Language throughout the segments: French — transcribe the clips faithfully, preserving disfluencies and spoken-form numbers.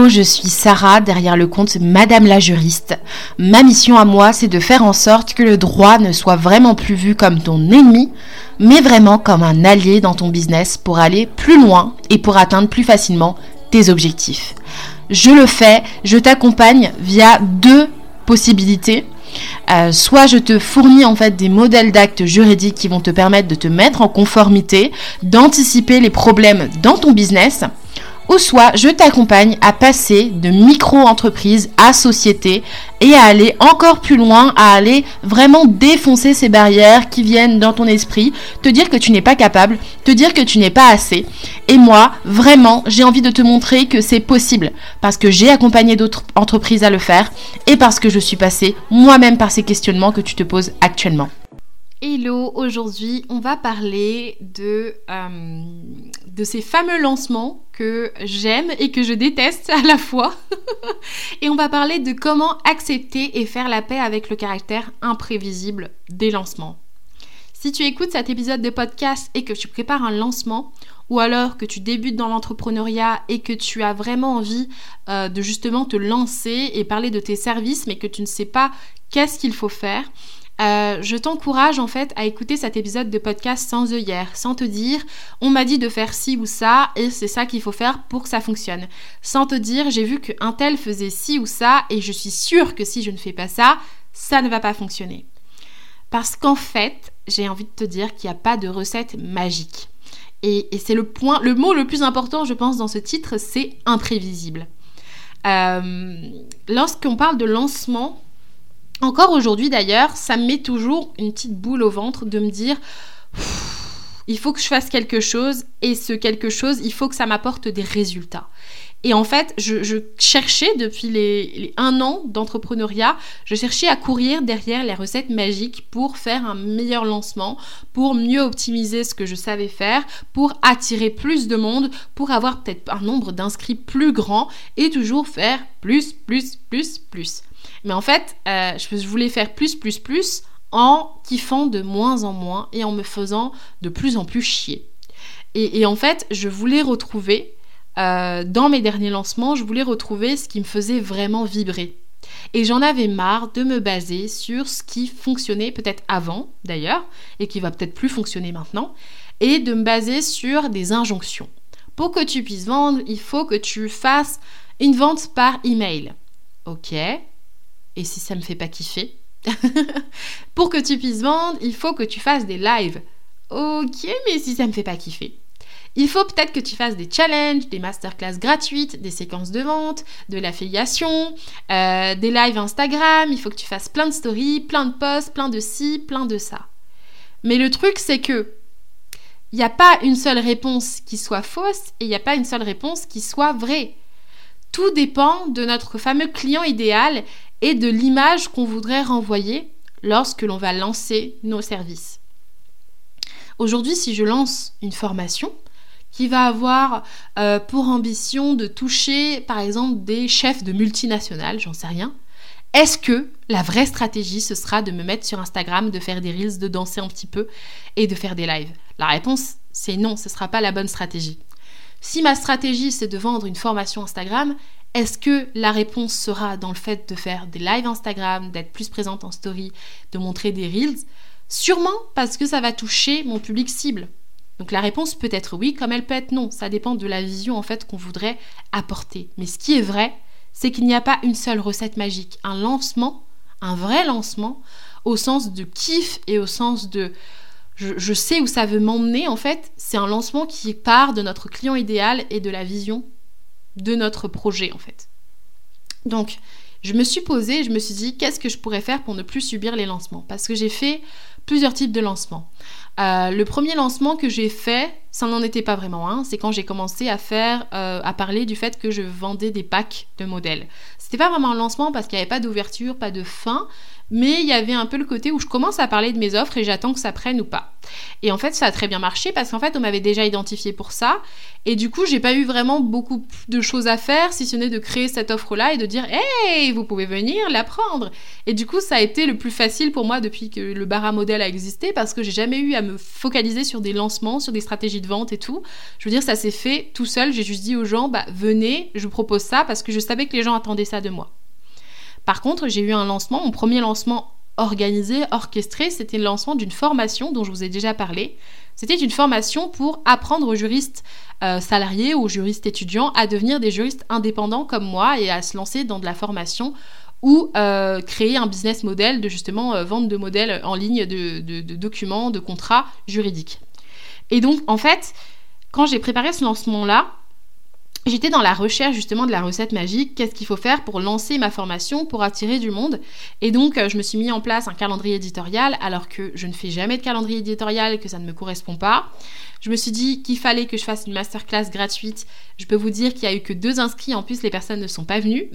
Hello, je suis Sarah, derrière le compte Madame la Juriste. Ma mission à moi, c'est de faire en sorte que le droit ne soit vraiment plus vu comme ton ennemi, mais vraiment comme un allié dans ton business pour aller plus loin et pour atteindre plus facilement tes objectifs. Je le fais, je t'accompagne via deux possibilités. Euh, soit je te fournis en fait des modèles d'actes juridiques qui vont te permettre de te mettre en conformité, d'anticiper les problèmes dans ton business, ou soit je t'accompagne à passer de micro-entreprise à société et à aller encore plus loin, à aller vraiment défoncer ces barrières qui viennent dans ton esprit, te dire que tu n'es pas capable, te dire que tu n'es pas assez. Et moi, vraiment, j'ai envie de te montrer que c'est possible parce que j'ai accompagné d'autres entreprises à le faire et parce que je suis passée moi-même par ces questionnements que tu te poses actuellement. Hello, aujourd'hui on va parler de, euh, de ces fameux lancements que j'aime et que je déteste à la fois. Et on va parler de comment accepter et faire la paix avec le caractère imprévisible des lancements. Si tu écoutes cet épisode de podcast et que tu prépares un lancement, ou alors que tu débutes dans l'entrepreneuriat et que tu as vraiment envie euh, de justement te lancer et parler de tes services, mais que tu ne sais pas qu'est-ce qu'il faut faire, Euh, je t'encourage en fait à écouter cet épisode de podcast sans œillères, sans te dire on m'a dit de faire ci ou ça et c'est ça qu'il faut faire pour que ça fonctionne, sans te dire j'ai vu qu'un tel faisait ci ou ça et je suis sûre que si je ne fais pas ça, ça ne va pas fonctionner. Parce qu'en fait, j'ai envie de te dire qu'il n'y a pas de recette magique. Et, et c'est le point, le mot le plus important je pense dans ce titre, c'est imprévisible. Euh, lorsqu'on parle de lancement, encore aujourd'hui d'ailleurs, ça me met toujours une petite boule au ventre de me dire il faut que je fasse quelque chose et ce quelque chose, il faut que ça m'apporte des résultats. Et en fait, je, je cherchais depuis les, les un an d'entrepreneuriat, je cherchais à courir derrière les recettes magiques pour faire un meilleur lancement, pour mieux optimiser ce que je savais faire, pour attirer plus de monde, pour avoir peut-être un nombre d'inscrits plus grand et toujours faire plus, plus, plus, plus. Mais en fait, euh, je voulais faire plus, plus, plus en kiffant de moins en moins et en me faisant de plus en plus chier. Et, et en fait, je voulais retrouver, euh, dans mes derniers lancements, je voulais retrouver ce qui me faisait vraiment vibrer. Et j'en avais marre de me baser sur ce qui fonctionnait peut-être avant, d'ailleurs, et qui va peut-être plus fonctionner maintenant, et de me baser sur des injonctions. Pour que tu puisses vendre, il faut que tu fasses une vente par email. Ok. Et si ça me fait pas kiffer? Pour que tu puisses vendre, il faut que tu fasses des lives. Ok, mais si ça me fait pas kiffer? Il faut peut-être que tu fasses des challenges, des masterclass gratuites, des séquences de vente, de l'affiliation, euh, des lives Instagram. Il faut que tu fasses plein de stories, plein de posts, plein de ci, plein de ça. Mais le truc, c'est que il n'y a pas une seule réponse qui soit fausse et il n'y a pas une seule réponse qui soit vraie. Tout dépend de notre fameux client idéal et de l'image qu'on voudrait renvoyer lorsque l'on va lancer nos services. Aujourd'hui, si je lance une formation qui va avoir euh, pour ambition de toucher, par exemple, des chefs de multinationales, j'en sais rien, est-ce que la vraie stratégie, ce sera de me mettre sur Instagram, de faire des reels, de danser un petit peu et de faire des lives? La réponse, c'est non, ce ne sera pas la bonne stratégie. Si ma stratégie, c'est de vendre une formation Instagram, est-ce que la réponse sera dans le fait de faire des lives Instagram, d'être plus présente en story, de montrer des reels? Sûrement parce que ça va toucher mon public cible. Donc la réponse peut être oui, comme elle peut être non. Ça dépend de la vision en fait qu'on voudrait apporter. Mais ce qui est vrai, c'est qu'il n'y a pas une seule recette magique. Un lancement, un vrai lancement, au sens de kiff et au sens de je, je sais où ça veut m'emmener, en fait, c'est un lancement qui part de notre client idéal et de la vision de notre projet, en fait. Donc, je me suis posée, je me suis dit, qu'est-ce que je pourrais faire pour ne plus subir les lancements? Parce que j'ai fait plusieurs types de lancements. Euh, le premier lancement que j'ai fait, ça n'en était pas vraiment un, c'est quand j'ai commencé à faire, euh, à parler du fait que je vendais des packs de modèles. C'était pas vraiment un lancement parce qu'il n'y avait pas d'ouverture, pas de fin, mais il y avait un peu le côté où je commence à parler de mes offres et j'attends que ça prenne ou pas. Et en fait, ça a très bien marché parce qu'en fait, on m'avait déjà identifié pour ça. Et du coup, j'ai pas eu vraiment beaucoup de choses à faire, si ce n'est de créer cette offre-là et de dire « Hey, vous pouvez venir la prendre !» Et du coup, ça a été le plus facile pour moi depuis que le Bara Model a existé parce que j'ai jamais eu à me focaliser sur des lancements, sur des stratégies de vente et tout. Je veux dire, ça s'est fait tout seul. J'ai juste dit aux gens bah, « Venez, je vous propose ça » parce que je savais que les gens attendaient ça de moi. Par contre, j'ai eu un lancement, mon premier lancement organisé, orchestré, c'était le lancement d'une formation dont je vous ai déjà parlé. C'était une formation pour apprendre aux juristes euh, salariés ou aux juristes étudiants à devenir des juristes indépendants comme moi et à se lancer dans de la formation ou euh, créer un business model de justement euh, vente de modèles en ligne de, de, de documents, de contrats juridiques. Et donc, en fait, quand j'ai préparé ce lancement-là, j'étais dans la recherche justement de la recette magique, qu'est-ce qu'il faut faire pour lancer ma formation, pour attirer du monde. Et donc, je me suis mis en place un calendrier éditorial, alors que je ne fais jamais de calendrier éditorial, que ça ne me correspond pas. Je me suis dit qu'il fallait que je fasse une masterclass gratuite. Je peux vous dire qu'il n'y a eu que deux inscrits, en plus les personnes ne sont pas venues.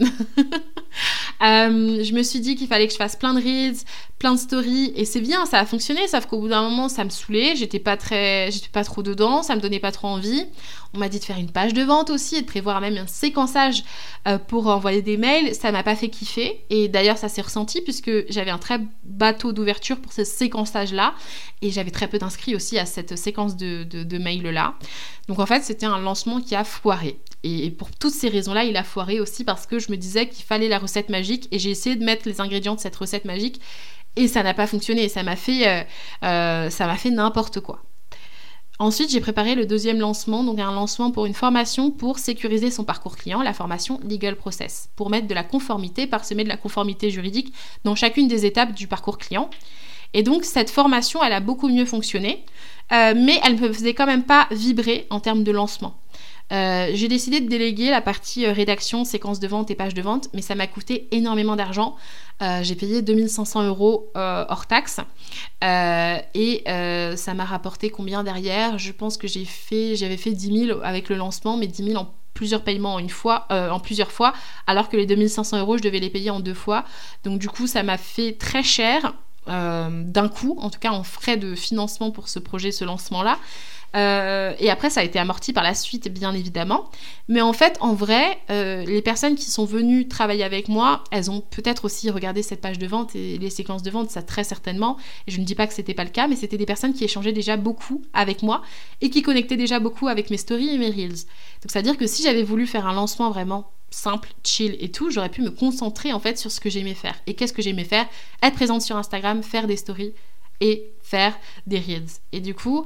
euh, je me suis dit qu'il fallait que je fasse plein de reels, plein de stories, et c'est bien, ça a fonctionné, sauf qu'au bout d'un moment, ça me saoulait, j'étais pas très, j'étais pas trop dedans, ça me donnait pas trop envie. On m'a dit de faire une page de vente aussi, et de prévoir même un séquençage euh, pour envoyer des mails, ça m'a pas fait kiffer, et d'ailleurs ça s'est ressenti puisque j'avais un très bas taux d'ouverture pour ce séquençage-là, et j'avais très peu d'inscrits aussi à cette séquence de, de, de mails-là. Donc en fait, c'était un lancement qui a foiré. Et pour toutes ces raisons-là, il a foiré aussi parce que je me disais qu'il fallait la recette magique, et j'ai essayé de mettre les ingrédients de cette recette magique, et ça n'a pas fonctionné, ça m'a fait, euh, euh, ça m'a fait n'importe quoi. Ensuite, j'ai préparé le deuxième lancement, donc un lancement pour une formation pour sécuriser son parcours client, la formation Legal Process, pour mettre de la conformité, parsemer de la conformité juridique dans chacune des étapes du parcours client. Et donc, cette formation, elle a beaucoup mieux fonctionné, euh, mais elle ne me faisait quand même pas vibrer en termes de lancement. Euh, j'ai décidé de déléguer la partie euh, rédaction, séquence de vente et page de vente, mais ça m'a coûté énormément d'argent. Euh, j'ai payé deux mille cinq cents euros euh, hors taxe euh, et euh, ça m'a rapporté combien derrière ? Je pense que j'ai fait, j'avais fait dix mille avec le lancement, mais dix mille en plusieurs paiements en, une fois, euh, en plusieurs fois, alors que les deux mille cinq cents euros, je devais les payer en deux fois. Donc du coup, ça m'a fait très cher euh, d'un coup, en tout cas en frais de financement pour ce projet, ce lancement-là. Euh, et après ça a été amorti par la suite bien évidemment, mais en fait en vrai euh, les personnes qui sont venues travailler avec moi, elles ont peut-être aussi regardé cette page de vente et les séquences de vente, ça très certainement, et je ne dis pas que c'était pas le cas, mais c'était des personnes qui échangeaient déjà beaucoup avec moi et qui connectaient déjà beaucoup avec mes stories et mes reels. Donc c'est à dire que si j'avais voulu faire un lancement vraiment simple, chill et tout, j'aurais pu me concentrer en fait sur ce que j'aimais faire. Et qu'est-ce que j'aimais faire ? Être présente sur Instagram, faire des stories et faire des reels. Et du coup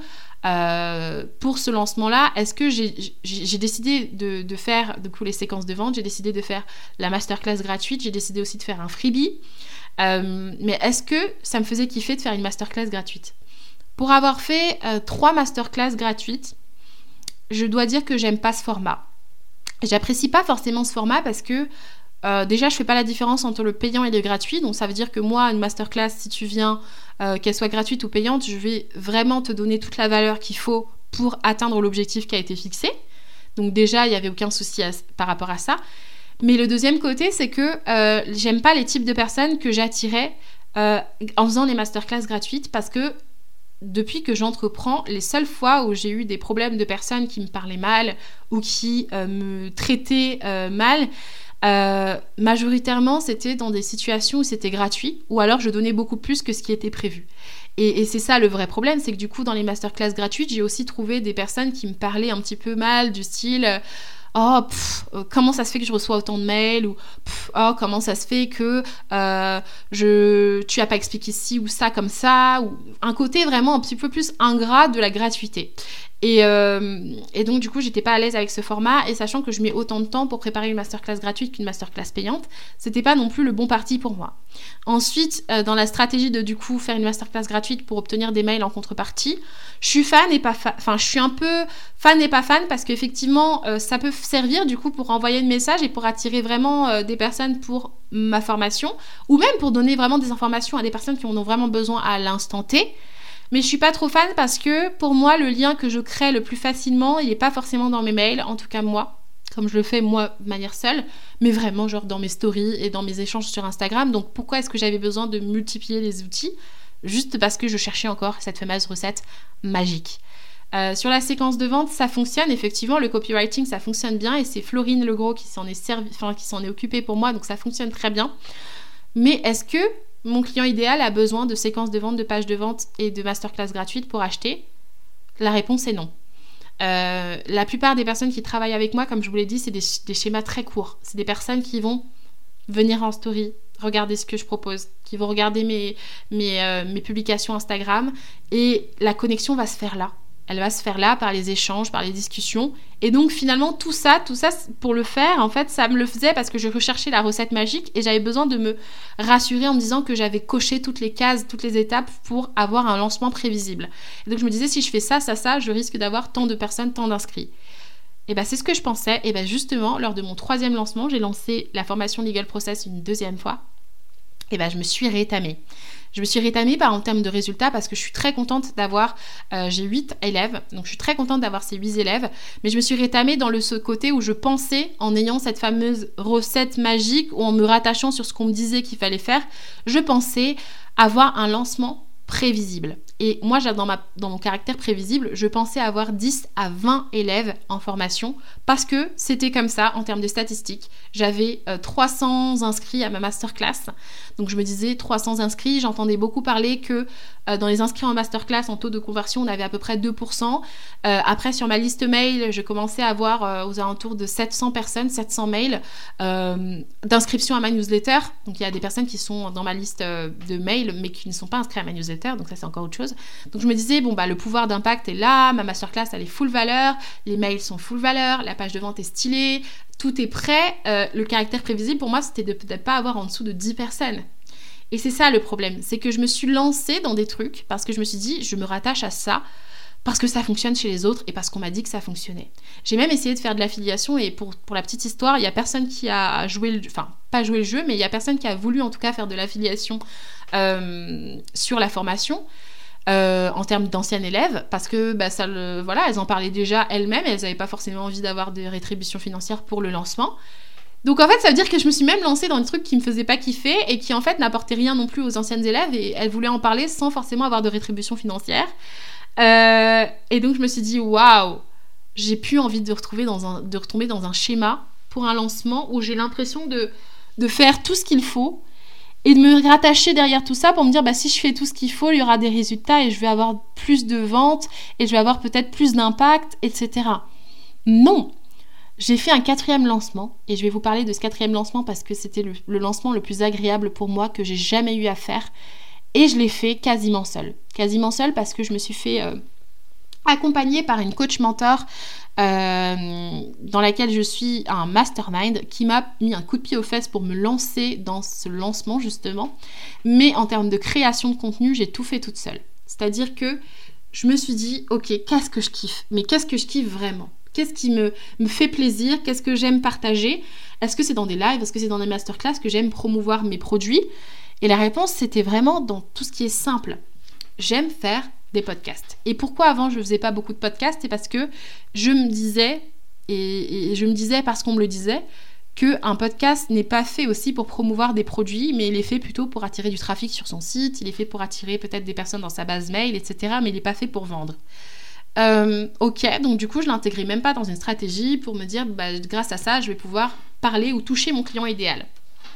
Euh, pour ce lancement-là, est-ce que j'ai, j'ai, j'ai décidé de, de faire du coup les séquences de vente, j'ai décidé de faire la masterclass gratuite, j'ai décidé aussi de faire un freebie, euh, mais est-ce que ça me faisait kiffer de faire une masterclass gratuite ? Pour avoir fait euh, trois masterclass gratuites, je dois dire que j'aime pas ce format. J'apprécie pas forcément ce format parce que Euh, déjà, je fais pas la différence entre le payant et le gratuit, donc ça veut dire que moi, une masterclass, si tu viens, euh, qu'elle soit gratuite ou payante, je vais vraiment te donner toute la valeur qu'il faut pour atteindre l'objectif qui a été fixé. Donc déjà, il n'y avait aucun souci à, par rapport à ça. Mais le deuxième côté, c'est que euh, j'aime pas les types de personnes que j'attirais euh, en faisant les masterclass gratuites, parce que depuis que j'entreprends, les seules fois où j'ai eu des problèmes de personnes qui me parlaient mal ou qui euh, me traitaient euh, mal, Euh, majoritairement c'était dans des situations où c'était gratuit, ou alors je donnais beaucoup plus que ce qui était prévu. Et, et c'est ça le vrai problème, c'est que du coup dans les masterclass gratuites, j'ai aussi trouvé des personnes qui me parlaient un petit peu mal, du style oh pff, comment ça se fait que je reçois autant de mails, ou pff, oh comment ça se fait que euh, je tu as pas expliqué ci ou ça comme ça, ou un côté vraiment un petit peu plus ingrat de la gratuité. Et, euh, et donc du coup j'étais pas à l'aise avec ce format, et sachant que je mets autant de temps pour préparer une masterclass gratuite qu'une masterclass payante, c'était pas non plus le bon parti pour moi. Ensuite, euh, dans la stratégie de du coup faire une masterclass gratuite pour obtenir des mails en contrepartie, je suis fan et pas fan, enfin je suis un peu fan et pas fan, parce qu'effectivement euh, ça peut servir du coup pour envoyer un message et pour attirer vraiment euh, des personnes pour ma formation, ou même pour donner vraiment des informations à des personnes qui en ont vraiment besoin à l'instant T. Mais je suis pas trop fan parce que pour moi, le lien que je crée le plus facilement, il est pas forcément dans mes mails, en tout cas moi. comme je le fais moi de manière seule, mais vraiment genre dans mes stories et dans mes échanges sur Instagram. Donc pourquoi est-ce que j'avais besoin de multiplier les outils ? Juste parce que je cherchais encore cette fameuse recette magique. Euh, sur la séquence de vente, ça fonctionne effectivement, le copywriting ça fonctionne bien et c'est Florine Legros qui s'en est servi, enfin qui s'en est occupée pour moi, donc ça fonctionne très bien. Mais est-ce que mon client idéal a besoin de séquences de vente, de pages de vente et de masterclass gratuites pour acheter ? La réponse est non. Euh, la plupart des personnes qui travaillent avec moi, comme je vous l'ai dit, c'est des, des schémas très courts. C'est des personnes qui vont venir en story, regarder ce que je propose, qui vont regarder mes, mes, euh, mes publications Instagram et la connexion va se faire là. Elle va se faire là par les échanges, par les discussions. Et donc finalement tout ça, tout ça pour le faire, en fait ça me le faisait parce que je recherchais la recette magique et j'avais besoin de me rassurer en me disant que j'avais coché toutes les cases, toutes les étapes pour avoir un lancement prévisible. Et donc je me disais si je fais ça, ça, ça, je risque d'avoir tant de personnes, tant d'inscrits. Et bien c'est ce que je pensais. Et bien justement lors de mon troisième lancement, j'ai lancé la formation Legal Process une deuxième fois. Et bien je me suis rétamée. Je me suis rétamée par en termes de résultats parce que je suis très contente d'avoir, euh, j'ai huit élèves, donc je suis très contente d'avoir ces huit élèves, mais je me suis rétamée dans le ce côté où je pensais, en ayant cette fameuse recette magique, ou en me rattachant sur ce qu'on me disait qu'il fallait faire, je pensais avoir un lancement prévisible. Et moi, dans, ma, dans mon caractère prévisible, je pensais avoir dix à vingt élèves en formation parce que c'était comme ça en termes de statistiques. J'avais euh, trois cents inscrits à ma masterclass. Donc je me disais trois cents inscrits. J'entendais beaucoup parler que euh, dans les inscrits en masterclass, en taux de conversion, on avait à peu près deux pour cent. Euh, après, sur ma liste mail, je commençais à avoir euh, aux alentours de sept cents personnes, sept cents mails euh, d'inscription à ma newsletter. Donc il y a des personnes qui sont dans ma liste euh, de mails mais qui ne sont pas inscrites à ma newsletter. Donc ça, c'est encore autre chose. Donc je me disais, bon bah le pouvoir d'impact est là, ma masterclass elle est full valeur, les mails sont full valeur, la page de vente est stylée, tout est prêt. Euh, le caractère prévisible pour moi c'était de peut-être pas avoir en dessous de dix personnes. Et c'est ça le problème, c'est que je me suis lancée dans des trucs parce que je me suis dit, je me rattache à ça parce que ça fonctionne chez les autres et parce qu'on m'a dit que ça fonctionnait. J'ai même essayé de faire de l'affiliation et pour, pour la petite histoire, il y a personne qui a joué le, enfin pas joué le jeu, mais il y a personne qui a voulu en tout cas faire de l'affiliation euh, sur la formation. Euh, en termes d'anciennes élèves parce que bah, ça le, voilà, elles en parlaient déjà elles-mêmes et elles n'avaient pas forcément envie d'avoir des rétributions financières pour le lancement. Donc en fait ça veut dire que je me suis même lancée dans des trucs qui me faisaient pas kiffer et qui en fait n'apportaient rien non plus aux anciennes élèves et elles voulaient en parler sans forcément avoir de rétribution financière. Euh, et donc je me suis dit waouh, j'ai plus envie de, retrouver dans un, de retomber dans un schéma pour un lancement où j'ai l'impression de, de faire tout ce qu'il faut et de me rattacher derrière tout ça pour me dire bah si je fais tout ce qu'il faut, il y aura des résultats et je vais avoir plus de ventes et je vais avoir peut-être plus d'impact, et cetera. Non, j'ai fait un quatrième lancement et je vais vous parler de ce quatrième lancement parce que c'était le, le lancement le plus agréable pour moi que j'ai jamais eu à faire et je l'ai fait quasiment seule. Quasiment seule parce que je me suis fait euh, accompagner par une coach mentor Euh, dans laquelle je suis un mastermind qui m'a mis un coup de pied aux fesses pour me lancer dans ce lancement justement, mais en termes de création de contenu j'ai tout fait toute seule, c'est-à-dire que je me suis dit ok, qu'est-ce que je kiffe, mais qu'est-ce que je kiffe vraiment, qu'est-ce qui me, me fait plaisir, qu'est-ce que j'aime partager, est-ce que c'est dans des lives, est-ce que c'est dans des masterclass que j'aime promouvoir mes produits, et la réponse c'était vraiment dans tout ce qui est simple. J'aime faire des podcasts. Et pourquoi avant je faisais pas beaucoup de podcasts? C'est parce que je me disais, et, et je me disais parce qu'on me le disait, qu'un podcast n'est pas fait aussi pour promouvoir des produits, mais il est fait plutôt pour attirer du trafic sur son site, il est fait pour attirer peut-être des personnes dans sa base mail, et cetera, mais il n'est pas fait pour vendre. Euh, ok, donc du coup je l'intégrais même pas dans une stratégie pour me dire, bah, grâce à ça, je vais pouvoir parler ou toucher mon client idéal.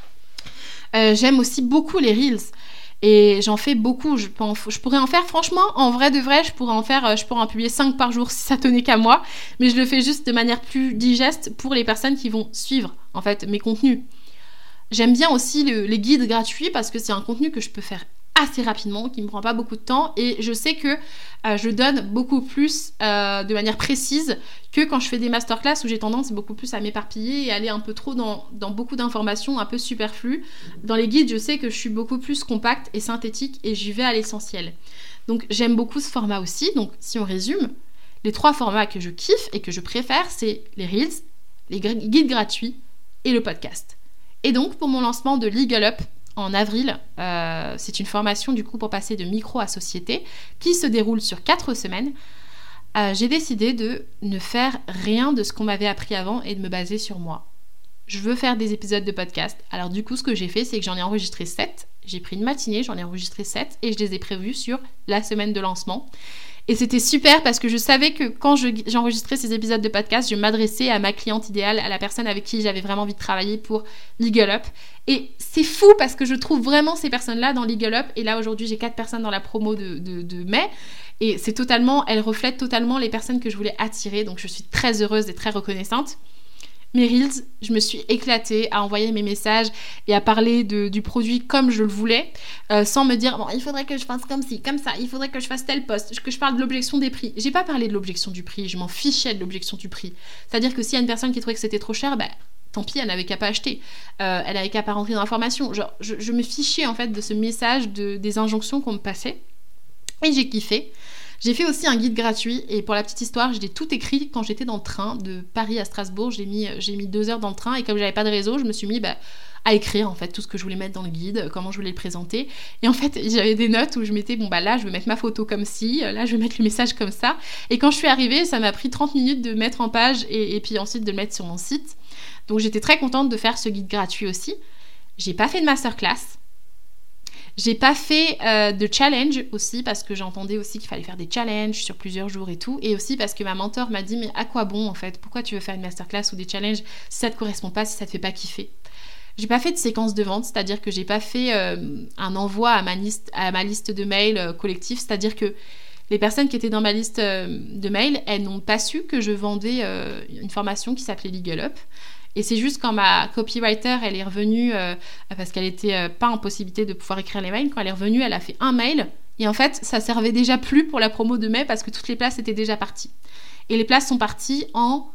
Euh, j'aime aussi beaucoup les Reels. Et j'en fais beaucoup, je, peux en, je pourrais en faire franchement, en vrai de vrai, je pourrais en faire, je pourrais en publier cinq par jour si ça tenait qu'à moi, mais je le fais juste de manière plus digeste pour les personnes qui vont suivre en fait mes contenus. J'aime bien aussi le, les guides gratuits parce que c'est un contenu que je peux faire assez rapidement, qui me prend pas beaucoup de temps et je sais que euh, je donne beaucoup plus euh, de manière précise que quand je fais des masterclass où j'ai tendance beaucoup plus à m'éparpiller et aller un peu trop dans, dans beaucoup d'informations un peu superflues. Dans les guides, je sais que je suis beaucoup plus compacte et synthétique et j'y vais à l'essentiel. Donc j'aime beaucoup ce format aussi. Donc si on résume, les trois formats que je kiffe et que je préfère, c'est les Reels, les guides gratuits et le podcast. Et donc pour mon lancement de Legal Up en avril, euh, c'est une formation du coup pour passer de micro à société qui se déroule sur quatre semaines. euh, j'ai décidé de ne faire rien de ce qu'on m'avait appris avant et de me baser sur moi. Je veux faire des épisodes de podcast. Alors du coup, ce que j'ai fait, c'est que j'en ai enregistré sept. J'ai pris une matinée, j'en ai enregistré sept et je les ai prévus sur la semaine de lancement. Et c'était super parce que je savais que quand je, j'enregistrais ces épisodes de podcast, je m'adressais à ma cliente idéale, à la personne avec qui j'avais vraiment envie de travailler pour Legal Up. Et c'est fou parce que je trouve vraiment ces personnes-là dans Legal Up. Et là, aujourd'hui, j'ai quatre personnes dans la promo de, de, de mai. Et c'est totalement, elles reflètent totalement les personnes que je voulais attirer. Donc, je suis très heureuse et très reconnaissante. Mes Reels, je me suis éclatée à envoyer mes messages et à parler de, du produit comme je le voulais, euh, sans me dire, bon, il faudrait que je fasse comme ci, comme ça, il faudrait que je fasse tel post, que je parle de l'objection des prix. J'ai pas parlé de l'objection du prix, je m'en fichais de l'objection du prix. C'est-à-dire que s'il y a une personne qui trouvait que c'était trop cher, bah, tant pis, elle n'avait qu'à pas acheter. Euh, elle n'avait qu'à pas rentrer dans l'information. Genre, je, je me fichais en fait de ce message, de, des injonctions qu'on me passait. Et j'ai kiffé. J'ai fait aussi un guide gratuit et pour la petite histoire, je l'ai tout écrit quand j'étais dans le train de Paris à Strasbourg. J'ai mis, j'ai mis deux heures dans le train et comme j'avais pas de réseau, je me suis mis bah, à écrire en fait tout ce que je voulais mettre dans le guide, comment je voulais le présenter. Et en fait, j'avais des notes où je mettais, bon bah là, je vais mettre ma photo comme ci, là, je vais mettre le message comme ça. Et quand je suis arrivée, ça m'a pris trente minutes de mettre en page et, et puis ensuite de le mettre sur mon site. Donc j'étais très contente de faire ce guide gratuit aussi. J'ai pas fait de masterclass. J'ai pas fait euh, de challenge aussi parce que j'entendais aussi qu'il fallait faire des challenges sur plusieurs jours et tout. Et aussi parce que ma mentor m'a dit mais à quoi bon en fait ? Pourquoi tu veux faire une masterclass ou des challenges si ça te correspond pas, si ça te fait pas kiffer ? J'ai pas fait de séquence de vente, c'est-à-dire que j'ai pas fait euh, un envoi à ma liste, à ma liste de mails euh, collectif, c'est-à-dire que les personnes qui étaient dans ma liste euh, de mails, elles n'ont pas su que je vendais euh, une formation qui s'appelait Legal Up. Et c'est juste quand ma copywriter, elle est revenue, euh, parce qu'elle était euh, pas en possibilité de pouvoir écrire les mails, quand elle est revenue, elle a fait un mail, et en fait, ça servait déjà plus pour la promo de mai, parce que toutes les places étaient déjà parties. Et les places sont parties en,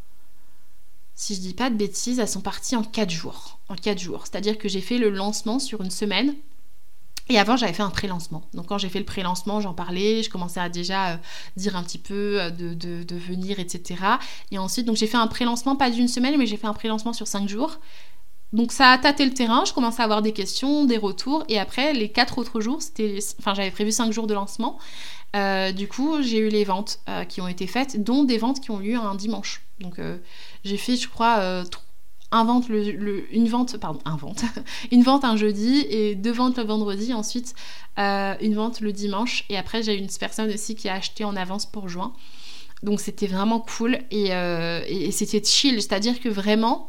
si je dis pas de bêtises, elles sont parties en quatre jours. En quatre jours. C'est-à-dire que j'ai fait le lancement sur une semaine, et avant, j'avais fait un pré-lancement. Donc, quand j'ai fait le pré-lancement, j'en parlais, je commençais à déjà euh, dire un petit peu euh, de, de, de venir, et cetera. Et ensuite, donc j'ai fait un pré-lancement, pas d'une semaine, mais j'ai fait un pré-lancement sur cinq jours. Donc, ça a tâté le terrain, je commençais à avoir des questions, des retours. Et après, les quatre autres jours, c'était, enfin, j'avais prévu cinq jours de lancement. Euh, du coup, j'ai eu les ventes euh, qui ont été faites, dont des ventes qui ont eu lieu un dimanche. Donc, euh, j'ai fait, je crois, euh, Un vente le, le, une vente, pardon, un vente, une vente un jeudi et deux ventes le vendredi, ensuite euh, une vente le dimanche et après j'ai une personne aussi qui a acheté en avance pour juin. Donc c'était vraiment cool et, euh, et, et c'était chill, c'est-à-dire que vraiment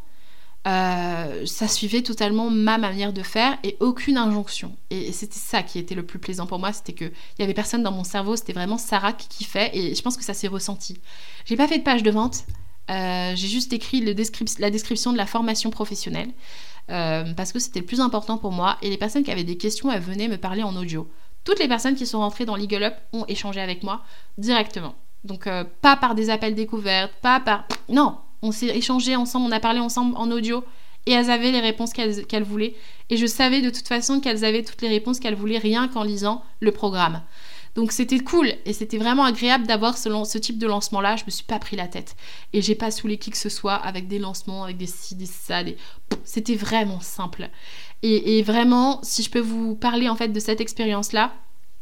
euh, ça suivait totalement ma manière de faire et aucune injonction. Et, et c'était ça qui était le plus plaisant pour moi, c'était que il y avait personne dans mon cerveau, c'était vraiment Sarah qui kiffait et je pense que ça s'est ressenti. J'ai pas fait de page de vente. Euh, j'ai juste écrit le descrip- la description de la formation professionnelle euh, parce que c'était le plus important pour moi et les personnes qui avaient des questions, elles venaient me parler en audio. Toutes les personnes qui sont rentrées dans Legal Up ont échangé avec moi directement. Donc euh, pas par des appels découvertes, pas par... Non, on s'est échangé ensemble, on a parlé ensemble en audio et elles avaient les réponses qu'elles, qu'elles voulaient et je savais de toute façon qu'elles avaient toutes les réponses qu'elles voulaient rien qu'en lisant le programme. Donc c'était cool et c'était vraiment agréable d'avoir ce, ce type de lancement-là. Je me suis pas pris la tête et j'ai pas saoulé qui que ce soit avec des lancements, avec des ci, des ça. Des... C'était vraiment simple. Et, et vraiment, si je peux vous parler en fait de cette expérience-là,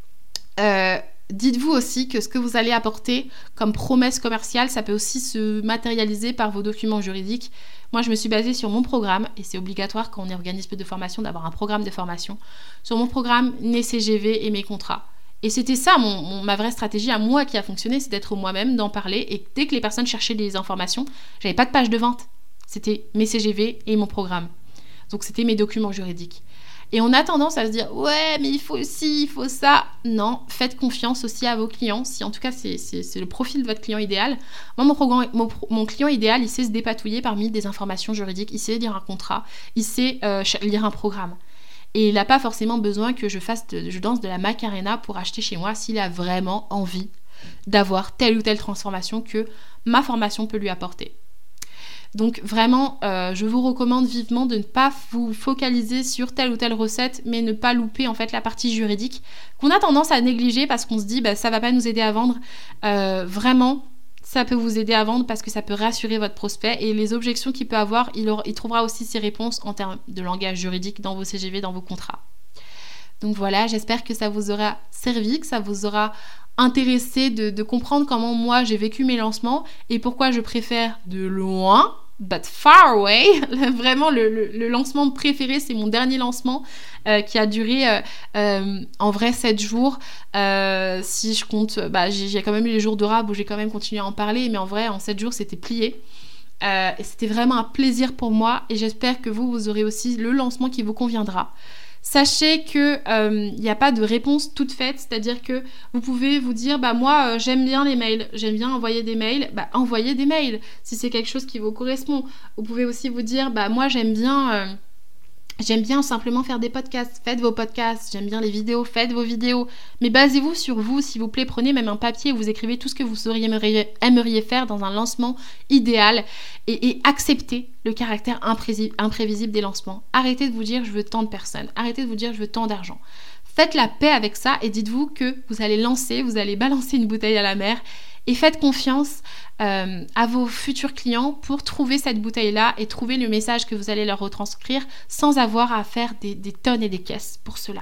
euh, dites-vous aussi que ce que vous allez apporter comme promesse commerciale, ça peut aussi se matérialiser par vos documents juridiques. Moi, je me suis basée sur mon programme, et c'est obligatoire quand on est organisme de formation d'avoir un programme de formation, sur mon programme, mes C G V et mes contrats. Et c'était ça, mon, mon, ma vraie stratégie à moi qui a fonctionné, c'est d'être moi-même, d'en parler. Et dès que les personnes cherchaient des informations, j'avais pas de page de vente. C'était mes C G V et mon programme. Donc c'était mes documents juridiques. Et on a tendance à se dire, ouais, mais il faut ci, il faut ça. Non, faites confiance aussi à vos clients. Si en tout cas, c'est, c'est, c'est le profil de votre client idéal. Moi, mon, programme, mon, mon client idéal, il sait se dépatouiller parmi des informations juridiques. Il sait lire un contrat. Il sait euh, lire un programme. Et il n'a pas forcément besoin que je fasse de, je danse de la Macarena pour acheter chez moi s'il a vraiment envie d'avoir telle ou telle transformation que ma formation peut lui apporter. Donc vraiment, euh, je vous recommande vivement de ne pas vous focaliser sur telle ou telle recette, mais ne pas louper en fait la partie juridique qu'on a tendance à négliger parce qu'on se dit bah, ça va pas nous aider à vendre. Euh, vraiment, ça peut vous aider à vendre parce que ça peut rassurer votre prospect et les objections qu'il peut avoir, il, aura, il trouvera aussi ses réponses en termes de langage juridique dans vos C G V, dans vos contrats. Donc voilà, j'espère que ça vous aura servi, que ça vous aura intéressé de, de comprendre comment moi j'ai vécu mes lancements et pourquoi je préfère de loin, but far away, vraiment le, le, le lancement préféré, c'est mon dernier lancement euh, qui a duré euh, euh, en vrai sept jours. Euh, si je compte, bah, j'ai, j'ai quand même eu les jours de rab où j'ai quand même continué à en parler, mais en vrai en sept jours c'était plié. Euh, et c'était vraiment un plaisir pour moi et j'espère que vous, vous aurez aussi le lancement qui vous conviendra. Sachez qu'il n'y euh, a pas de réponse toute faite, c'est-à-dire que vous pouvez vous dire bah moi euh, j'aime bien les mails, j'aime bien envoyer des mails, bah envoyez des mails si c'est quelque chose qui vous correspond. Vous pouvez aussi vous dire bah moi j'aime bien euh, J'aime bien simplement faire des podcasts, faites vos podcasts, j'aime bien les vidéos, faites vos vidéos, mais basez-vous sur vous, s'il vous plaît, prenez même un papier où vous écrivez tout ce que vous aimeriez, aimeriez faire dans un lancement idéal et, et acceptez le caractère imprévisible, imprévisible des lancements. Arrêtez de vous dire je veux tant de personnes, arrêtez de vous dire je veux tant d'argent. Faites la paix avec ça et dites-vous que vous allez lancer, vous allez balancer une bouteille à la mer et faites confiance euh, à vos futurs clients pour trouver cette bouteille-là et trouver le message que vous allez leur retranscrire sans avoir à faire des, des tonnes et des caisses pour cela.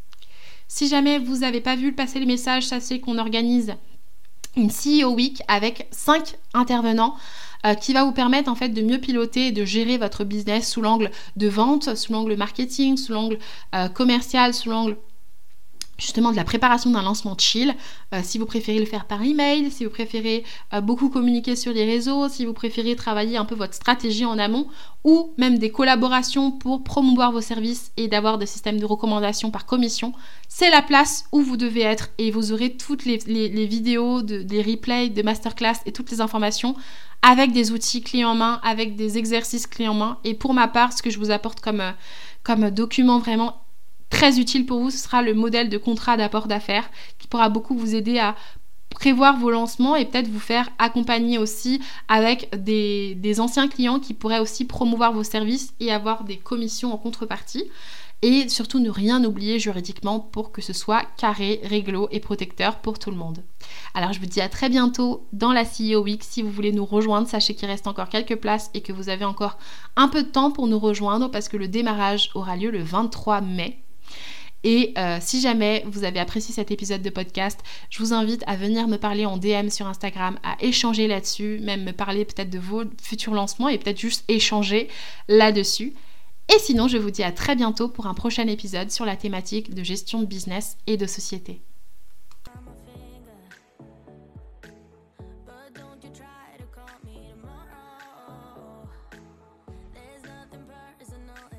Si jamais vous n'avez pas vu passer le message, sachez qu'on organise une C E O Week avec cinq intervenants euh, qui va vous permettre en fait de mieux piloter et de gérer votre business sous l'angle de vente, sous l'angle marketing, sous l'angle euh, commercial, sous l'angle justement de la préparation d'un lancement chill, euh, si vous préférez le faire par email, si vous préférez euh, beaucoup communiquer sur les réseaux, si vous préférez travailler un peu votre stratégie en amont ou même des collaborations pour promouvoir vos services et d'avoir des systèmes de recommandation par commission, c'est la place où vous devez être et vous aurez toutes les, les, les vidéos, de, des replays, de masterclass et toutes les informations avec des outils clés en main, avec des exercices clés en main et pour ma part, ce que je vous apporte comme, euh, comme document vraiment très utile pour vous, ce sera le modèle de contrat d'apport d'affaires qui pourra beaucoup vous aider à prévoir vos lancements et peut-être vous faire accompagner aussi avec des, des anciens clients qui pourraient aussi promouvoir vos services et avoir des commissions en contrepartie. Et surtout ne rien oublier juridiquement pour que ce soit carré, réglo et protecteur pour tout le monde. Alors je vous dis à très bientôt dans la C E O Week. Si vous voulez nous rejoindre, sachez qu'il reste encore quelques places et que vous avez encore un peu de temps pour nous rejoindre parce que le démarrage aura lieu le vingt-trois mai. Et euh, si jamais vous avez apprécié cet épisode de podcast, je vous invite à venir me parler en D M sur Instagram, à échanger là-dessus, même me parler peut-être de vos futurs lancements et peut-être juste échanger là-dessus. Et sinon, je vous dis à très bientôt pour un prochain épisode sur la thématique de gestion de business et de société.